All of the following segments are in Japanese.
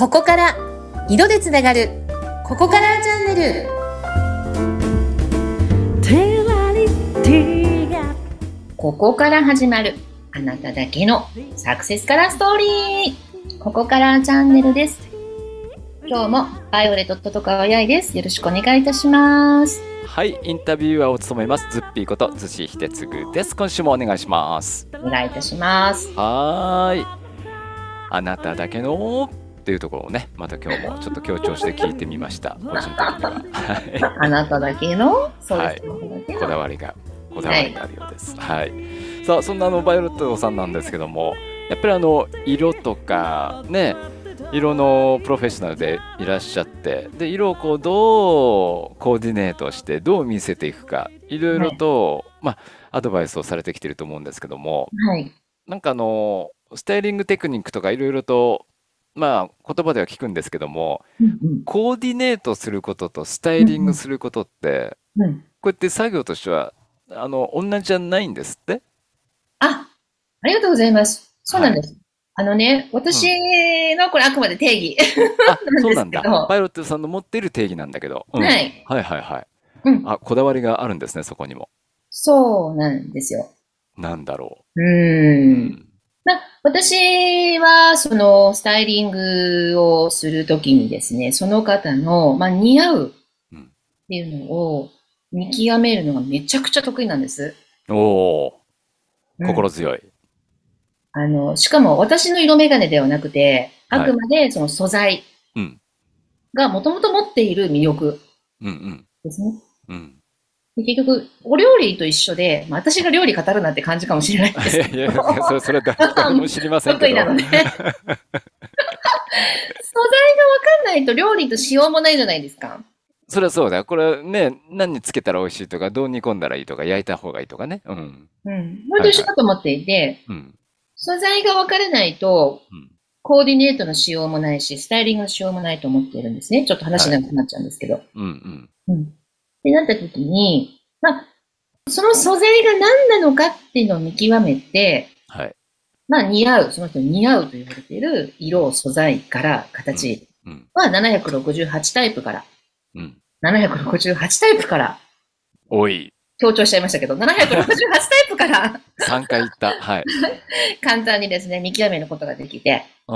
ここから色でつながるここからチャンネル。ここから始まるあなただけのサクセスカラーストーリー、ここからチャンネルです。今日もバイオレットとかわやいです。よろしくお願いいたします。 はい、インタビュアーを務めますズッピーこと逗子秀嗣です。今週もお願いします。 お願いいたします。 はーい、あなただけのっていうところをね、また今日もちょっと強調して聞いてみました。個人的にはあなただけの、そうです、 はい、こだわりがあるようです。はい。さあ、そんなバイオレットさんなんですけども、やっぱり色とかね、色のプロフェッショナルでいらっしゃって、で色をこうどうコーディネートしてどう見せていくか、いろいろと、アドバイスをされてきてると思うんですけども、 はい。 なんかスタイリングテクニックとかいろいろと言葉では聞くんですけども、 うんコーディネートすることとスタイリングすることって、 うんうん。 こうやって作業としては同じじゃないんですって。 ありがとうございます。そうなはい。 んです。私うん。 のこれあくまで定義あ、 なんですそうなんだ。パけど、 イロットさんの持っている定義なんだけど。うん。 はい。 はいはいはい。 うん。 あ、こだわりがあるんですね、そこにも。 そうなんですよ。 なんだろうう。うーん。 ん。 私は、スタイリングをするときにですね、その方の、似合うっうん。 ていうのを見極めるのがめちゃくちゃ得意なんです。 おー、 うん。 心強い。 しかも私の色眼鏡ではなくて、あはい。 くまでその素材うん。 がもともと持っている魅力うんうん。 ですね。 うん。 で結局、お料理と一緒で、私が料理語るなんて感じかもしれないんですけど、 いやいや、それは誰も知りませんけど。 得意なので、素材がわかんないと料理としようもないじゃないですか。 それはそうだよ。これね、何につけたら美味しいとか、どう煮込んだらいいとか、焼いた方がいいとかね。うん。 うん。それと一緒はいはい。 だと思っていて、 うん。 素材がわからないと、 うん。 コーディネートのしようもないし、スタイリングのしようもないと思っているんですね。ちょっと話はい。 長くなっちゃうんですけど。 うんうん。 うん。ってなった時に、その素材が何なのかっていうのを見極めて、 はい。 似合う、その人に似合うと言われているうん。 色、素材からうん。 形うん。 は768タイプから、 うん。 768タイプから多い。 強調しちゃいましたけど、768タイプから 3回言った。はい。 簡単にですね、見極めることができて、 うん。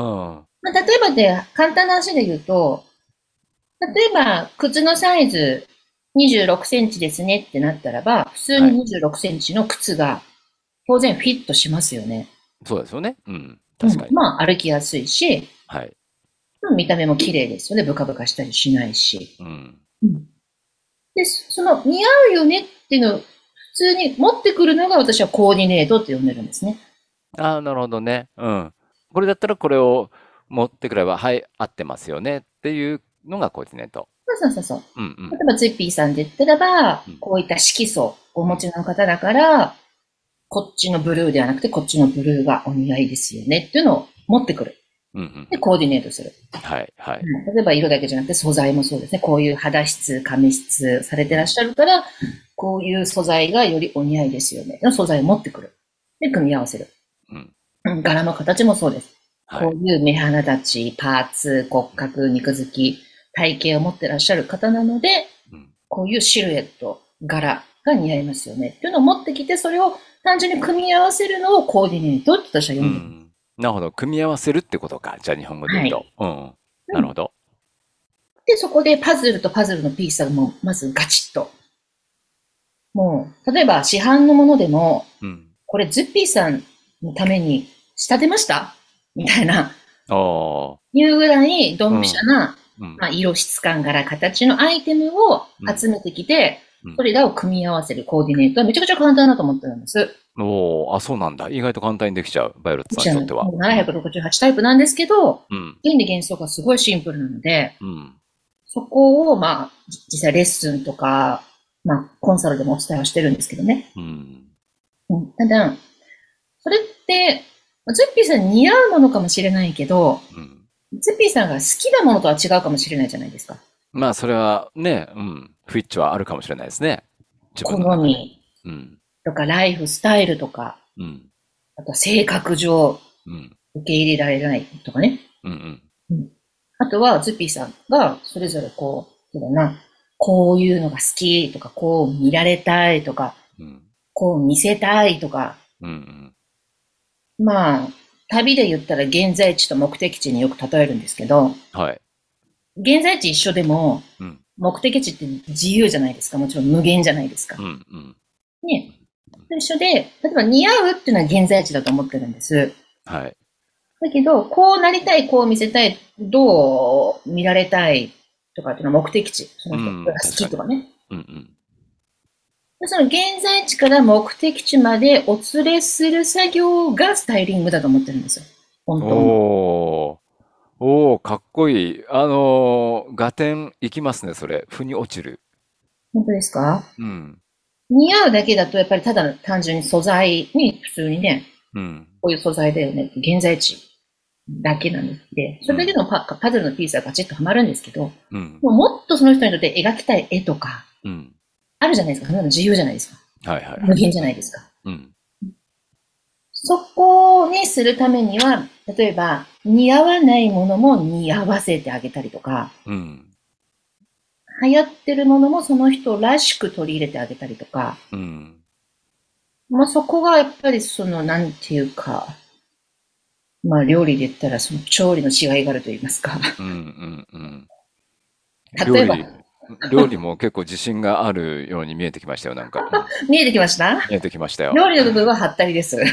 例えばで、簡単な話で言うと、例えば、靴のサイズ26センチですねってなったらば、普通にはい。 26センチの靴が当然フィットしますよね。 そうですよね。うん。 うん。 確かに。 歩きやすいし、 はい。 見た目も綺麗ですよね。ブカブカしたりしないし。 うん。 うん。で、その似合うよねっていうのを普通に持ってくるのが私はコーディネートって呼んでるんですね。 ああ、なるほどね。うん。これだったらこれを持ってくれば、はい、合ってますよねっていうのがコーディネート。 そうそうそうそう。 うんうん。 例えば、ツイッピーさんで言ったらば、 うん。 こういった色素をお持うん。 ちの方だから、こっちのブルーではなくて、こっちのブルーがお似合いですよねっていうのを持ってくる。 うんうんうで、 ん。 コーディネートする。 はいはい。 例えば、色だけじゃなくて、素材もそうですね。こういう肌質、髪質されてらっうん。 しゃるから、こういう素材がよりお似合いですよね。の素材を持ってくる。で、組み合わせる。 うん。 柄も形もそうです。 はい。 こういう目鼻立ち、パーツ、骨格、肉付き、体型を持ってらっしゃる方なので、 うん。 こういうシルエット、柄が似合いますよね。っていうのを持ってきて、それを単純に組み合わせるのをコーディネートって私は呼んでます。 うん。なるほど。組み合わせるってことか。じゃあ日本語で言うと。 はい。 うん。 うん。 なるほど。 で、そこでパズルとパズルのピースがもう、まずガチッと。もう、例えば市販のものでも、 うん。 これズッピーさんのために仕立てましたみたいな、 ああ。 いうぐらいドンピシャうん。 な、 うん。 色質感柄形のアイテムをうん。 集めてきて、 うん。 それらを組み合わせるコーディネートはめちゃくちゃ簡単だと思ってるんです。 おお、あ、そうなんだ。意外と簡単にできちゃう。バイオレットさんにとっては。 もううん。 768タイプなんですけど、 うん。 原理原則がすごいシンプルなので、 うん。 そこを、実際レッスンとか、コンサルでもお伝えはしてるんですけどね。 うん。 ただ、それって、ズッピーさんに似合うものかもしれないけど、 うん。 ズッピーさんが好きなものとは違うかもしれないじゃないですか。 それはね、うん。不一致はあるかもしれないですね。自分の中で。 好みうん。 とか、ライフスタイルとか、 うん。 あとは性格上うん。 受け入れられないとかね。 うん。うん。 うん。 あとは、ズッピーさんが、それぞれそうだな、こういうのが好きとか、こう見られたいとか、 うん。 こう見せたいとか、 うん。 まあ、旅で言ったら現在地と目的地によく例えるんですけど、 はい。 現在地一緒でも、 うん。 目的地って自由じゃないですか。もちろん無限じゃないですか。 うん。うん。 ね。と一緒で、例えば似合うっていうのは現在地だと思ってるんです。 はい。 だけど、こうなりたい、こう見せたい、どう見られたいとかっていうのは目的地。その人が好うん。確かに。 きとかね。 うん。うん。 でその現在地から目的地までお連れする作業がスタイリングだと思ってるんですよ。本当に。 おー。おー、かっこいい。合点いきますね、それ。腑に落ちる。 本当ですか？ うん。 似合うだけだと、やっぱりただ単純に素材に普通にね、 うん。 こういう素材だよねって現在地だけなんで、それだけうん。 のパズルのピースはガチッとはまるんですけど、 うん。 もっとその人にとって描きたい絵とか、 うん。 あるじゃないですか。そんなの自由じゃないですか。 はいはいはい。 無限じゃないですか。 うん。 そこにするためには、例えば、似合わないものも似合わせてあげたりとか、 うん。 流行ってるものもその人らしく取り入れてあげたりとか、 うん。 まあ、そこがやっぱりなんていうか、まあ料理で言ったらその調理の違いがあると言いますか。 うん。うん。うん。 例えば、 料理も結構自信があるように見えてきましたよ、なんか。うん。 見えてきました？ 見えてきましたよ。 料理の部分はハったりです。例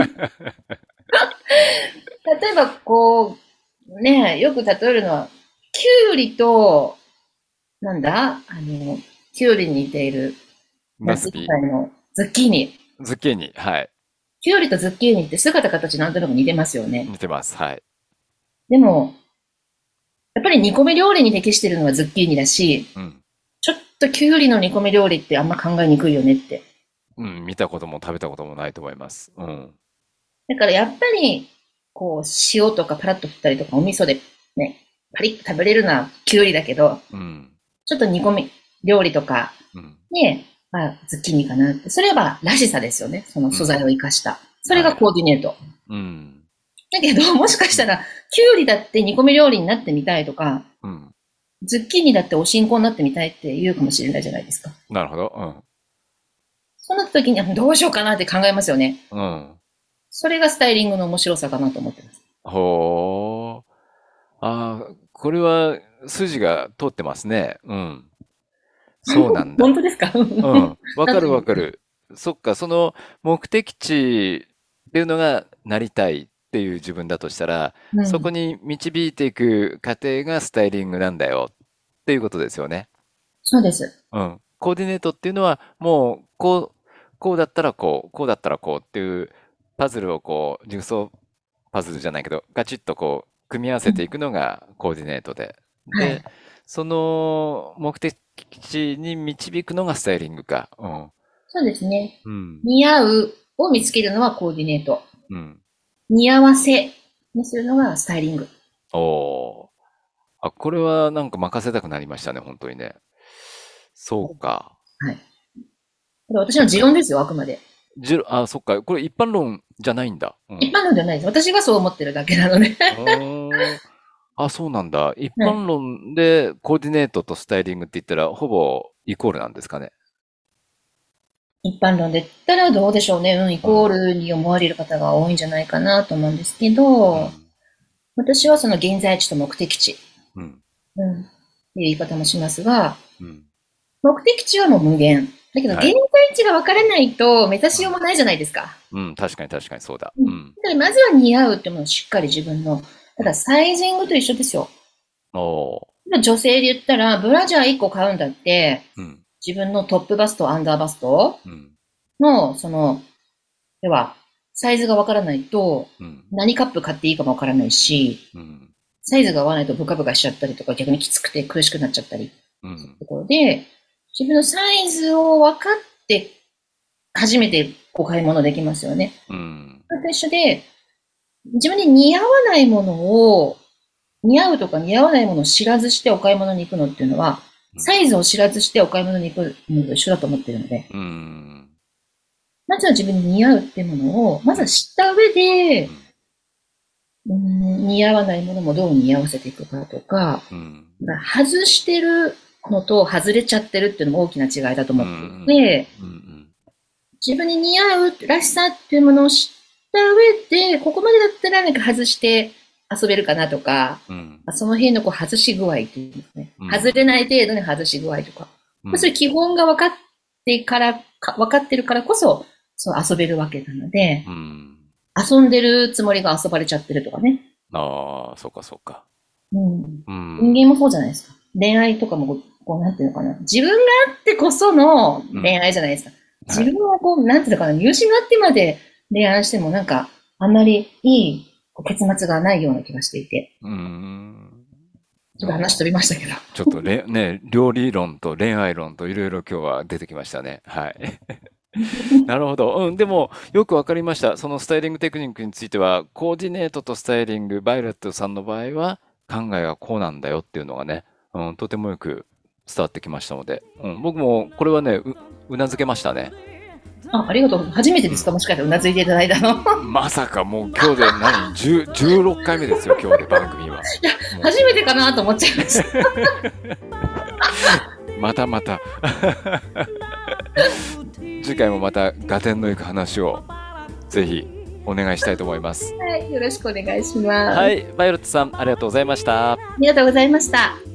えばね、よく例えるのは、キュウリと、なんだキュウリに似ている夏野ナスビ、 菜のズッキーニ。 ズッキーニ、はい。 キュウリとズッキーニって姿形なんとなく似てますよね。 似てます。はい。 でも、やっぱり煮込み料理に適してるのはズッキーニだし、 うん。 ちょっとキュウリの煮込み料理ってあんま考えにくいよねって。 うん。見たことも食べたこともないと思います。うん。 だからやっぱり、塩とかパラッと振ったりとか、お味噌でね、パリッと食べれるのはキュウリだけど、 うん。 ちょっと煮込み料理とか、 うん。 ね、まあ、ズッキーニかなって。それはらしさですよね。そのうん。 素材を生かした。それがはい。 コーディネート。 うん。 だけど、もしかうん。 したら、キュウリだって煮込み料理になってみたいとか、 うん。 ズッキーニだってお新香になってみたいって言うかもしれないじゃないですか。 なるほど。 そうなった時に、どうしようかなって考えますよね。 うん。うん。 それがスタイリングの面白さかなと思ってます。 ほー。ああ、これは筋が通ってますね。うん。そうなんだ。 本当ですか？ うん。わかるなんというか。 わかる。そっか、その目的地っていうのがなりたいっていう自分だとしたら、 うん。 そこに導いていく過程がスタイリングなんだよっていうことですよね。 そうです。 うん。コーディネートっていうのは、もう、こうだったらこう、こうだったらこうっていうパズルをジグソーパズルじゃないけど、ガチッと組み合わせていくのがコーディネートで。で、 はい。 その目的地に導くのがスタイリングか。うん。 そうですね。 うん。 似合うを見つけるのはコーディネート。 うん。 似合わせにするのがスタイリング。 おー。あ、これはなんか任せたくなりましたね、本当にね。そうか。 はい。これ私の持論ですよ、あくまで。 そっか。これ一般論じゃないんだ。うん。 一般論ではないです。私がそう思ってるだけなので。 うーん。あ、そうなんだ。一はい。 般論でコーディネートとスタイリングって言ったら、ほぼイコールなんですかね。 一般論で言ったらどうでしょうね。うん、イうん。 コールに思われる方が多いんじゃないかなと思うんですけど、 うん。 私はその現在地と目的地、 うん。 うん、っていう言い方もしますが、 うん。 目的地はもう無限。だけど、現在はい。 地が分からないと目指うん。 しようもないじゃないですか。 うん。確かに確かにそうだ。 うん。 うん。 だからまずは似合うってものをしっかり自分の、ただうん。 サイジングと一緒ですよ。 おー。 女性で言ったら、ブラジャー1個買うんだって、 うん。 自分のトップバスト、アンダーバストうん。 の、では、サイズがわからないと、 うん。 何カップ買っていいかもわからないし、 うん。 サイズが合わないとブカブカしちゃったりとか、逆にきつくて苦しくなっちゃったり、 うん。 ところで、自分のサイズを分かって初めてお買い物できますよね。 うん。 それと一緒で、自分に似合わないものを、似合うとか似合わないものを知らずしてお買い物に行くのっていうのは、 うん。 サイズを知らずしてお買い物に行くのと一緒だと思ってるので、 うん。 まずは自分に似合うっていうものを、まずはうん。 知った上で、 うん。 似合わないものもどう似合わせていくかとか、 うん。 外してるのと外れちゃってるっていうのも大きな違いだとうん。 思っていうんて、 うん。 自分に似合うらしさっていうものを知った上で、ここまでだったらなんか外して遊べるかなとか、 うん。 その辺のこう外し具合っていうんですね。 うん。 外れない程度に外し具合とか。そういううん。 基本が分かってるからこそ、そう遊べるわけなので、 うん。 遊んでるつもりが遊ばれちゃってるとかね。 ああ、そうかそうか。 うん。 うん。 人間もそうじゃないですか。恋愛とかもこうなんていうのかな。自分があってこそのうん。 恋愛じゃないですか。 はい。 自分はこう、なんていうのかな。見失ってまで恋愛してもなんか、あんまりいい結末がないような気がしていて。 うん。 ちょっと話飛びましたけど。 ちょっとね、料理論と恋愛論といろいろ今日は出てきましたね。はい。なるほど。うん。でも、よくわかりました。そのスタイリングテクニックについては、コーディネートとスタイリング、バイオレットさんの場合は、考えがこうなんだよっていうのがね、うん、とてもよく伝わってきましたので、うん、僕もこれはね、うなずけましたね。 ありがとう。初めてうん。 ですか？もしかしたらうなずいていただいたの。 まさかもう今日で16回目ですよ、今日で番組は。 いや、 も初めてかなと思っちゃいました。 う、またまた。次回もまた合点のいく話をぜひお願いしたいと思います。 はい。よろしくお願いします。 はい、バイオレットさん、ありがとうございました。 ありがとうございました。